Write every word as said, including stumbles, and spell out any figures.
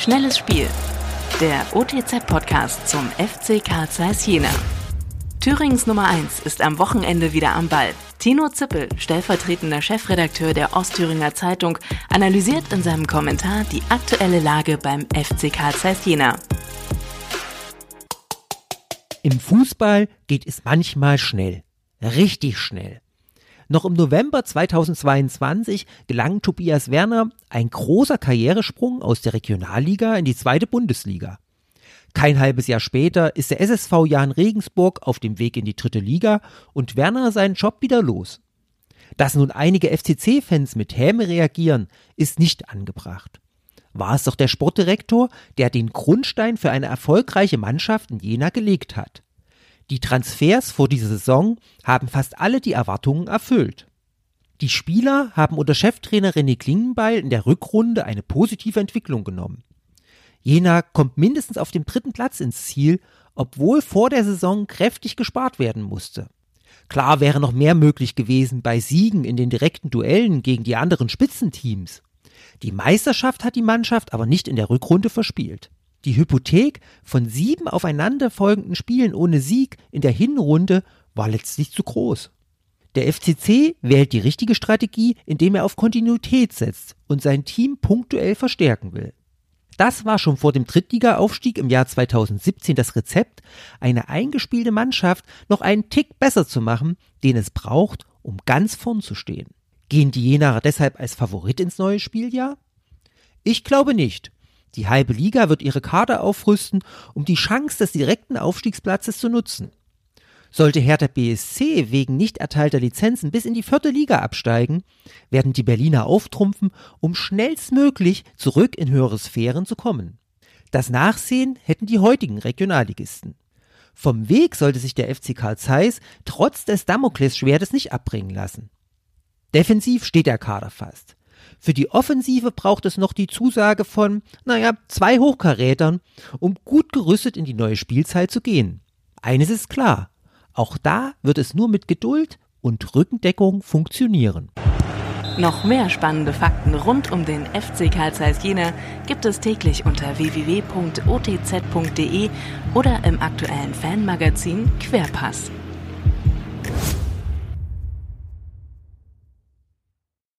Schnelles Spiel. Der O T Z-Podcast zum F C Carl Zeiss Jena. Thürings Nummer eins ist am Wochenende wieder am Ball. Tino Zippel, stellvertretender Chefredakteur der Ostthüringer Zeitung, analysiert in seinem Kommentar die aktuelle Lage beim F C Carl Zeiss Jena. Im Fußball geht es manchmal schnell. Richtig schnell. Noch im November zweitausendzweiundzwanzig gelang Tobias Werner ein großer Karrieresprung aus der Regionalliga in die zweite Bundesliga. Kein halbes Jahr später ist der S S V Jahn Regensburg auf dem Weg in die dritte Liga und Werner seinen Job wieder los. Dass nun einige F C C-Fans mit Häme reagieren, ist nicht angebracht. War es doch der Sportdirektor, der den Grundstein für eine erfolgreiche Mannschaft in Jena gelegt hat. Die Transfers vor dieser Saison haben fast alle die Erwartungen erfüllt. Die Spieler haben unter Cheftrainer René Klingenbeil in der Rückrunde eine positive Entwicklung genommen. Jena kommt mindestens auf dem dritten Platz ins Ziel, obwohl vor der Saison kräftig gespart werden musste. Klar wäre noch mehr möglich gewesen bei Siegen in den direkten Duellen gegen die anderen Spitzenteams. Die Meisterschaft hat die Mannschaft aber nicht in der Rückrunde verspielt. Die Hypothek von sieben aufeinanderfolgenden Spielen ohne Sieg in der Hinrunde war letztlich zu groß. Der F C C wählt die richtige Strategie, indem er auf Kontinuität setzt und sein Team punktuell verstärken will. Das war schon vor dem Drittliga-Aufstieg im Jahr zweitausendsiebzehn das Rezept, eine eingespielte Mannschaft noch einen Tick besser zu machen, den es braucht, um ganz vorn zu stehen. Gehen die Jenaer deshalb als Favorit ins neue Spieljahr? Ich glaube nicht. Die halbe Liga wird ihre Kader aufrüsten, um die Chance des direkten Aufstiegsplatzes zu nutzen. Sollte Hertha B S C wegen nicht erteilter Lizenzen bis in die vierte Liga absteigen, werden die Berliner auftrumpfen, um schnellstmöglich zurück in höhere Sphären zu kommen. Das Nachsehen hätten die heutigen Regionalligisten. Vom Weg sollte sich der F C Carl Zeiss trotz des Damoklesschwertes nicht abbringen lassen. Defensiv steht der Kader fast. Für die Offensive braucht es noch die Zusage von, naja, zwei Hochkarätern, um gut gerüstet in die neue Spielzeit zu gehen. Eines ist klar, auch da wird es nur mit Geduld und Rückendeckung funktionieren. Noch mehr spannende Fakten rund um den F C Carl Zeiss Jena gibt es täglich unter w w w punkt o t z punkt d e oder im aktuellen Fanmagazin Querpass.